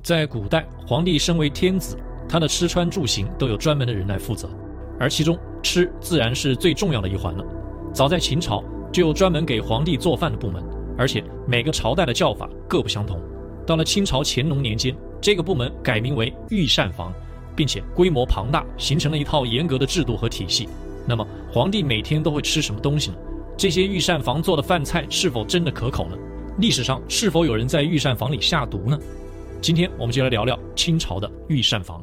在古代，皇帝身为天子，他的吃穿住行都有专门的人来负责，而其中吃自然是最重要的一环了。早在秦朝就有专门给皇帝做饭的部门，而且每个朝代的叫法各不相同。到了清朝乾隆年间，这个部门改名为御膳房，并且规模庞大，形成了一套严格的制度和体系。那么皇帝每天都会吃什么东西呢？这些御膳房做的饭菜是否真的可口呢？历史上是否有人在御膳房里下毒呢？今天我们就来聊聊清朝的御膳房。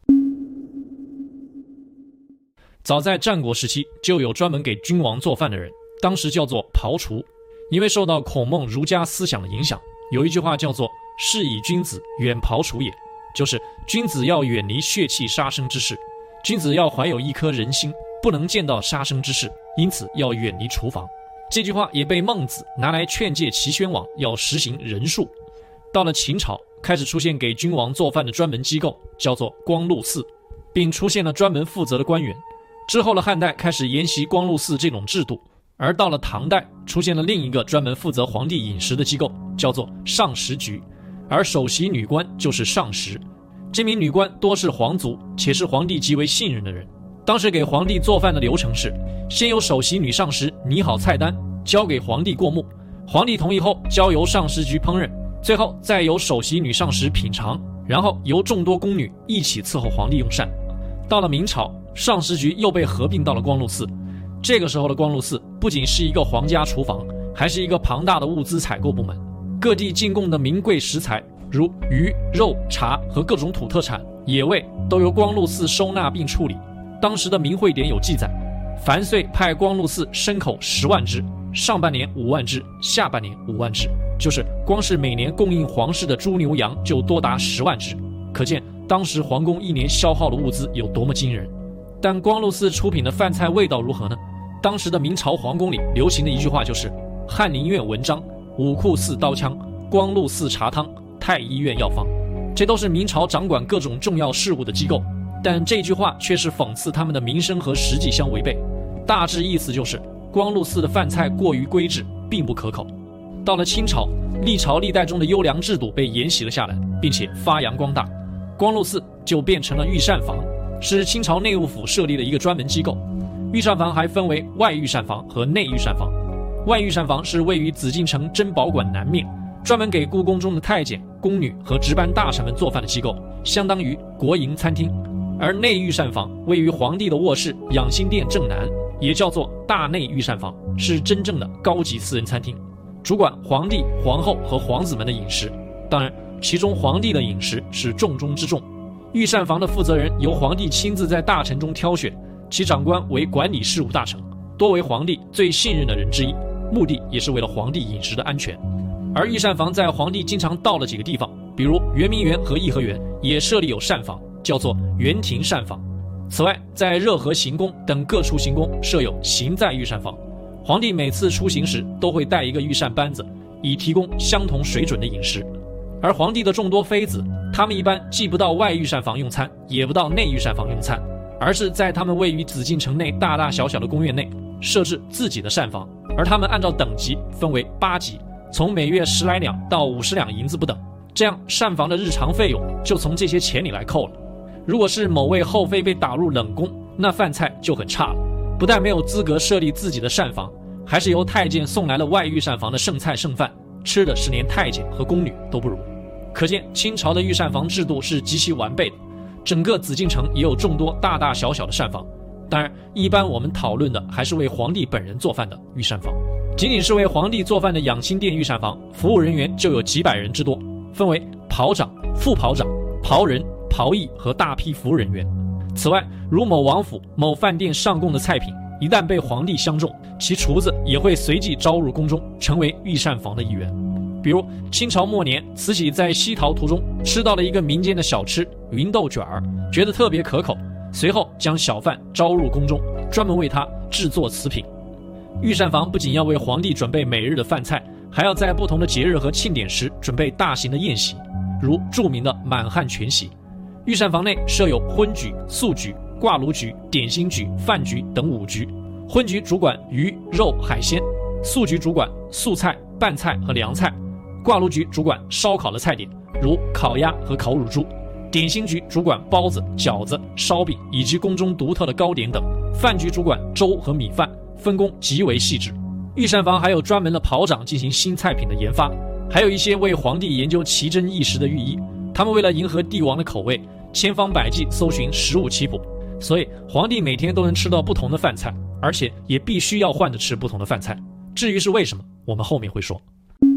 早在战国时期就有专门给君王做饭的人，当时叫做庖厨。因为受到孔孟儒家思想的影响，有一句话叫做是以君子远庖厨也，就是君子要远离血气杀生之事，君子要怀有一颗人心，不能见到杀生之事，因此要远离厨房。这句话也被孟子拿来劝诫齐宣王要实行仁术。到了秦朝，开始出现给君王做饭的专门机构，叫做光禄寺，并出现了专门负责的官员。之后的汉代开始沿袭光禄寺这种制度，而到了唐代，出现了另一个专门负责皇帝饮食的机构，叫做上食局，而首席女官就是上食。这名女官多是皇族，且是皇帝极为信任的人。当时给皇帝做饭的流程是，先由首席女上食拟好菜单，交给皇帝过目，皇帝同意后交由上食局烹饪，最后再由首席女上食品尝，然后由众多宫女一起伺候皇帝用膳。到了明朝，上食局又被合并到了光禄寺。这个时候的光禄寺不仅是一个皇家厨房，还是一个庞大的物资采购部门。各地进贡的名贵食材，如鱼、肉、茶和各种土特产、野味，都由光禄寺收纳并处理。当时的明会典有记载，凡岁派光禄寺牲口10万只，上半年5万只，下半年5万只，就是光是每年供应皇室的猪牛羊就多达10万只，可见当时皇宫一年消耗的物资有多么惊人。但光禄寺出品的饭菜味道如何呢？当时的明朝皇宫里流行的一句话就是翰林院文章，武库寺刀枪，光禄寺茶汤，太医院药方。这都是明朝掌管各种重要事务的机构，但这句话却是讽刺他们的名声和实际相违背。大致意思就是光禄寺的饭菜过于规制，并不可口。到了清朝，历朝历代中的优良制度被沿袭了下来，并且发扬光大，光禄寺就变成了御膳房，是清朝内务府设立的一个专门机构。御膳房还分为外御膳房和内御膳房。外御膳房是位于紫禁城珍宝馆南面，专门给故宫中的太监、宫女和值班大臣们做饭的机构，相当于国营餐厅。而内御膳房位于皇帝的卧室养心殿正南，也叫做大内御膳房，是真正的高级私人餐厅，主管皇帝、皇后和皇子们的饮食。当然，其中皇帝的饮食是重中之重。御膳房的负责人由皇帝亲自在大臣中挑选，其长官为管理事务大臣，多为皇帝最信任的人之一，目的也是为了皇帝饮食的安全。而御膳房在皇帝经常到了几个地方，比如圆明园和颐和园，也设立有膳房，叫做园亭膳房。此外，在热河行宫等各处行宫设有行在御膳房，皇帝每次出行时都会带一个御膳班子，以提供相同水准的饮食。而皇帝的众多妃子，他们一般既不到外御膳房用餐，也不到内御膳房用餐，而是在他们位于紫禁城内大大小小的宫苑内设置自己的膳房，而他们按照等级分为8级，从每月10来两到50两银子不等，这样膳房的日常费用就从这些钱里来扣了。如果是某位后妃被打入冷宫，那饭菜就很差了，不但没有资格设立自己的膳房，还是由太监送来了外御膳房的剩菜剩饭，吃的是连太监和宫女都不如。可见清朝的御膳房制度是极其完备的，整个紫禁城也有众多大大小小的膳房。当然，一般我们讨论的还是为皇帝本人做饭的御膳房。仅仅是为皇帝做饭的养心殿御膳房，服务人员就有几百人之多，分为庖长、副庖长、庖人、庖役和大批服务人员。此外，如某王府、某饭店上供的菜品，一旦被皇帝相中，其厨子也会随即招入宫中，成为御膳房的一员。比如清朝末年，慈禧在西逃途中吃到了一个民间的小吃芸豆卷儿，觉得特别可口，随后将小贩招入宫中，专门为他制作此品。御膳房不仅要为皇帝准备每日的饭菜，还要在不同的节日和庆典时准备大型的宴席，如著名的满汉全席。御膳房内设有荤局、素局、挂炉局、点心局、饭局等5局。荤局主管鱼、肉、海鲜，素局主管素菜、拌菜和凉菜，挂炉局主管烧烤的菜点， 如烤鸭和烤乳猪；点心局主管包子、饺子、烧饼以及宫中独特的糕点等；饭局主管粥和米饭，分工极为细致。御膳房还有专门的袍长进行新菜品的研发，还有一些为皇帝研究奇珍异食的御医，他们为了迎合帝王的口味，千方百计搜寻食物棋谱，所以皇帝每天都能吃到不同的饭菜，而且也必须要换着吃不同的饭菜。至于是为什么，我们后面会说。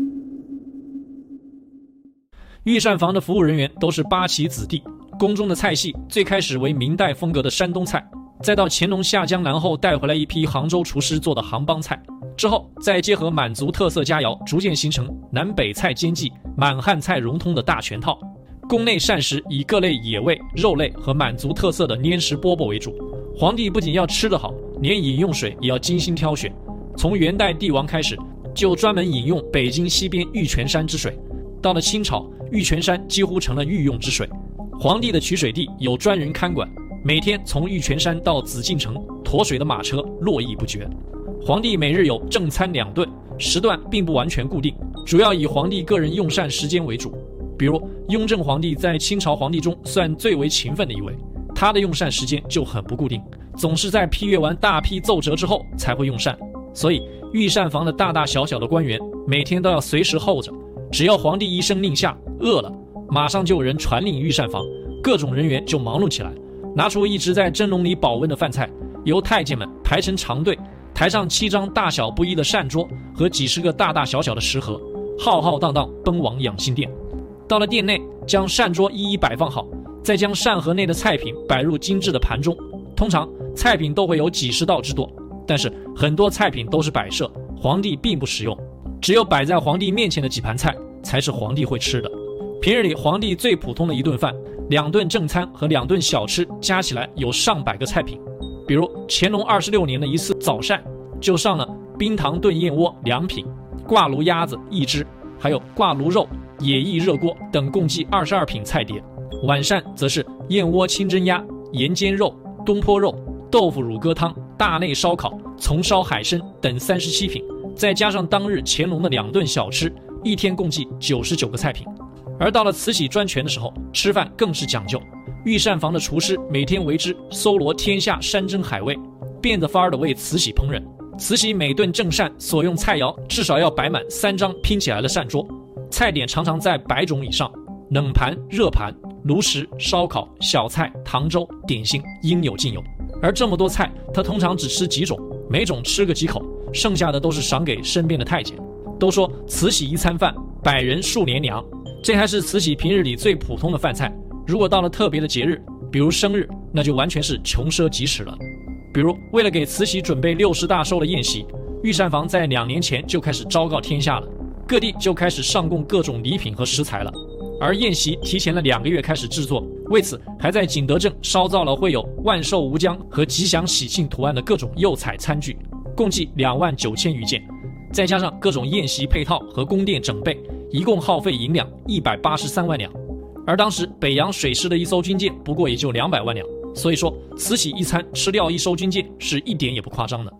御膳房的服务人员都是八旗子弟，宫中的菜系最开始为明代风格的山东菜，再到乾隆下江南后带回来一批杭州厨师做的杭帮菜，之后再结合满族特色佳肴，逐渐形成南北菜兼济、满汉菜融通的大全套。宫内膳食以各类野味、肉类和满族特色的粘食饽饽为主。皇帝不仅要吃得好，连饮用水也要精心挑选。从元代帝王开始，就专门饮用北京西边玉泉山之水。到了清朝，玉泉山几乎成了御用之水。皇帝的取水地有专人看管，每天从玉泉山到紫禁城驮水的马车络绎不绝。皇帝每日有正餐2顿，时段并不完全固定，主要以皇帝个人用膳时间为主。比如雍正皇帝在清朝皇帝中算最为勤奋的一位，他的用膳时间就很不固定，总是在批阅完大批奏折之后才会用膳。所以御膳房的大大小小的官员每天都要随时候着，只要皇帝一声令下，饿了，马上就有人传令御膳房，各种人员就忙碌起来，拿出一直在蒸笼里保温的饭菜，由太监们排成长队，台上7张大小不一的膳桌和几十个大大小小的食盒，浩浩荡荡奔往养心殿。到了殿内，将膳桌一一摆放好，再将膳盒内的菜品摆入精致的盘中。通常菜品都会有几十道之多，但是很多菜品都是摆设，皇帝并不食用，只有摆在皇帝面前的几盘菜才是皇帝会吃的。平日里皇帝最普通的一顿饭，2顿正餐和2顿小吃加起来有上百个菜品。比如乾隆26年的一次早膳，就上了冰糖炖燕窝2品，挂炉鸭子1只，还有挂炉肉、野意热锅等共计22品菜碟。晚膳则是燕窝清蒸鸭、盐煎肉、东坡肉、豆腐乳鸽汤、大内烧烤、葱烧海参等37品，再加上当日乾隆的2顿小吃，一天共计99个菜品。而到了慈禧专权的时候，吃饭更是讲究，御膳房的厨师每天为之搜罗天下山珍海味，变着法儿的为慈禧烹饪。慈禧每顿正膳所用菜肴至少要摆满3张拼起来的膳桌，菜点常常在100种以上，冷盘、热盘、炉石、烧烤、小菜、糖粥、点心应有尽有。而这么多菜，他通常只吃几种，每种吃个几口，剩下的都是赏给身边的太监。都说慈禧一餐饭，100人数年粮，这还是慈禧平日里最普通的饭菜。如果到了特别的节日，比如生日，那就完全是穷奢极侈了。比如为了给慈禧准备60大寿的宴席，御膳房在2年前就开始昭告天下了，各地就开始上供各种礼品和食材了。而宴席提前了2个月开始制作，为此还在景德镇烧造了绘有万寿无疆和吉祥喜庆图案的各种釉彩餐具，共计29000余件，再加上各种宴席配套和宫殿整备，一共耗费银两183万两。而当时北洋水师的一艘军舰不过也就200万两，所以说慈禧一餐吃掉一艘军舰是一点也不夸张的。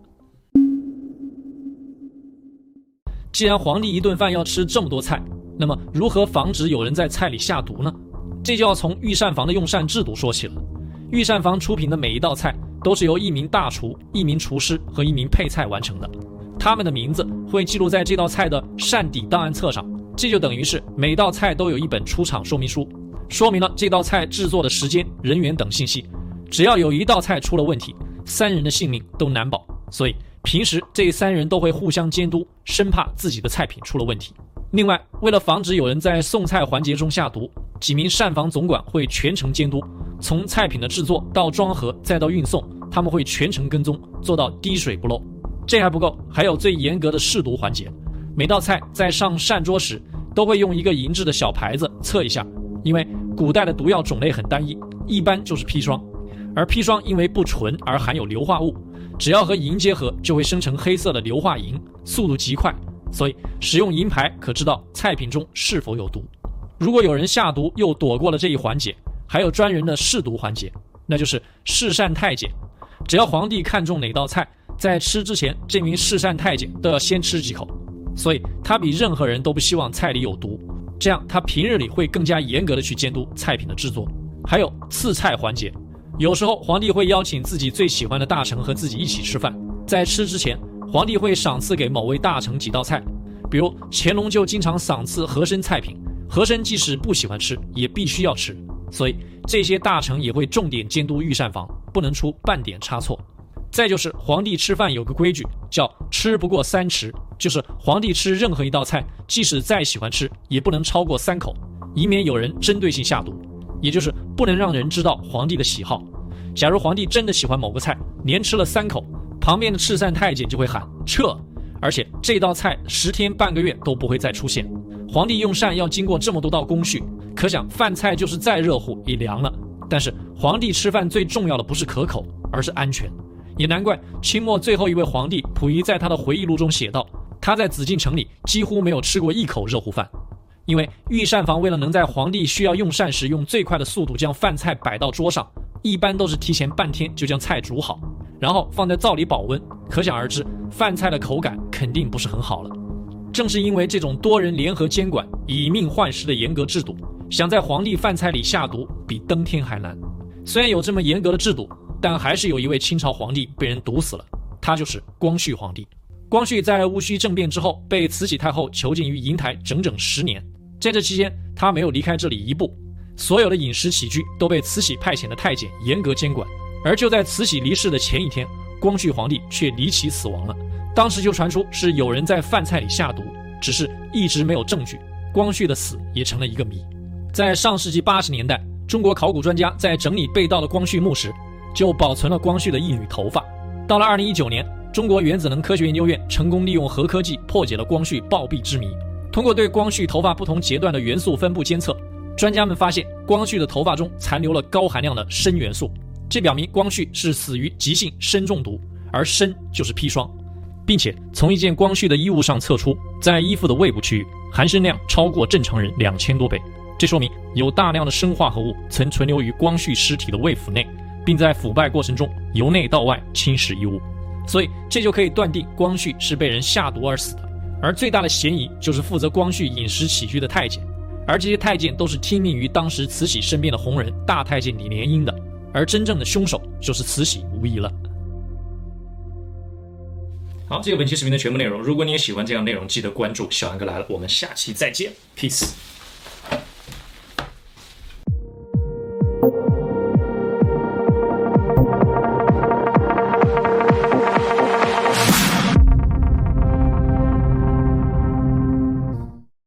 既然皇帝一顿饭要吃这么多菜，那么如何防止有人在菜里下毒呢？这就要从御膳房的用膳制度说起了。御膳房出品的每一道菜都是由1名大厨、1名厨师和1名配菜完成的，他们的名字会记录在这道菜的膳底档案册上，这就等于是每道菜都有一本出厂说明书，说明了这道菜制作的时间、人员等信息。只要有一道菜出了问题，3人的性命都难保，所以平时这3人都会互相监督，生怕自己的菜品出了问题。另外，为了防止有人在送菜环节中下毒，几名膳房总管会全程监督，从菜品的制作到装盒再到运送，他们会全程跟踪，做到滴水不漏。这还不够，还有最严格的试毒环节。每道菜在上膳桌时都会用一个银质的小牌子测一下，因为古代的毒药种类很单一，一般就是砒霜，而砒霜因为不纯而含有硫化物，只要和银结合就会生成黑色的硫化银，速度极快，所以使用银牌可知道菜品中是否有毒。如果有人下毒又躲过了这一环节，还有专人的试毒环节，那就是试膳太监。只要皇帝看中哪道菜，在吃之前这名试膳太监都要先吃几口，所以他比任何人都不希望菜里有毒。 这样他平日里会更加严格的去监督菜品的制作。还有赐菜环节，有时候皇帝会邀请自己最喜欢的大臣和自己一起吃饭，在吃之前，皇帝会赏赐给某位大臣几道菜，比如乾隆就经常赏赐和珅菜品，和珅即使不喜欢吃，也必须要吃，所以这些大臣也会重点监督御膳房，不能出半点差错。再就是皇帝吃饭有个规矩，叫吃不过3匙，就是皇帝吃任何一道菜，即使再喜欢吃，也不能超过3口，以免有人针对性下毒，也就是不能让人知道皇帝的喜好。假如皇帝真的喜欢某个菜，连吃了3口，旁边的赤扇太监就会喊撤，而且这道菜10天半个月都不会再出现。皇帝用膳要经过这么多道工序，可想饭菜就是再热乎也凉了。但是皇帝吃饭最重要的不是可口，而是安全。也难怪清末最后一位皇帝溥仪在他的回忆录中写道，他在紫禁城里几乎没有吃过1口热乎饭。因为御膳房为了能在皇帝需要用膳时用最快的速度将饭菜摆到桌上，一般都是提前半天就将菜煮好，然后放在灶里保温，可想而知饭菜的口感肯定不是很好了。正是因为这种多人联合监管、以命换食的严格制度，想在皇帝饭菜里下毒比登天还难。虽然有这么严格的制度，但还是有一位清朝皇帝被人毒死了，他就是光绪皇帝。光绪在戊戌政变之后被慈禧太后囚禁于瀛台整整10年，在这期间他没有离开这里一步，所有的饮食起居都被慈禧派遣的太监严格监管。而就在慈禧离世的前一天，光绪皇帝却离奇死亡了。当时就传出是有人在饭菜里下毒，只是一直没有证据，光绪的死也成了一个谜。在上世纪80年代，中国考古专家在整理被盗的光绪墓时，就保存了光绪的一缕头发。到了2019年，中国原子能科学研究院成功利用核科技破解了光绪暴毙之谜。通过对光绪头发不同节段的元素分布监测，专家们发现光绪的头发中残留了高含量的砷元素，这表明光绪是死于急性砷中毒，而砷就是砒霜，并且从一件光绪的衣物上测出，在衣服的胃部区域含砷量超过正常人2000多倍，这说明有大量的砷化合物曾存留于光绪尸体的胃腑内，并在腐败过程中由内到外侵蚀衣物，所以这就可以断定光绪是被人下毒而死的。而最大的嫌疑就是负责光绪饮食起居的太监，而这些太监都是听命于当时慈禧身边的红人大太监李莲英的，而真正的凶手就是慈禧无疑了。好，这个本期视频的全部内容，如果你也喜欢这样内容，记得关注小杨哥来了，我们下期再见 ，peace。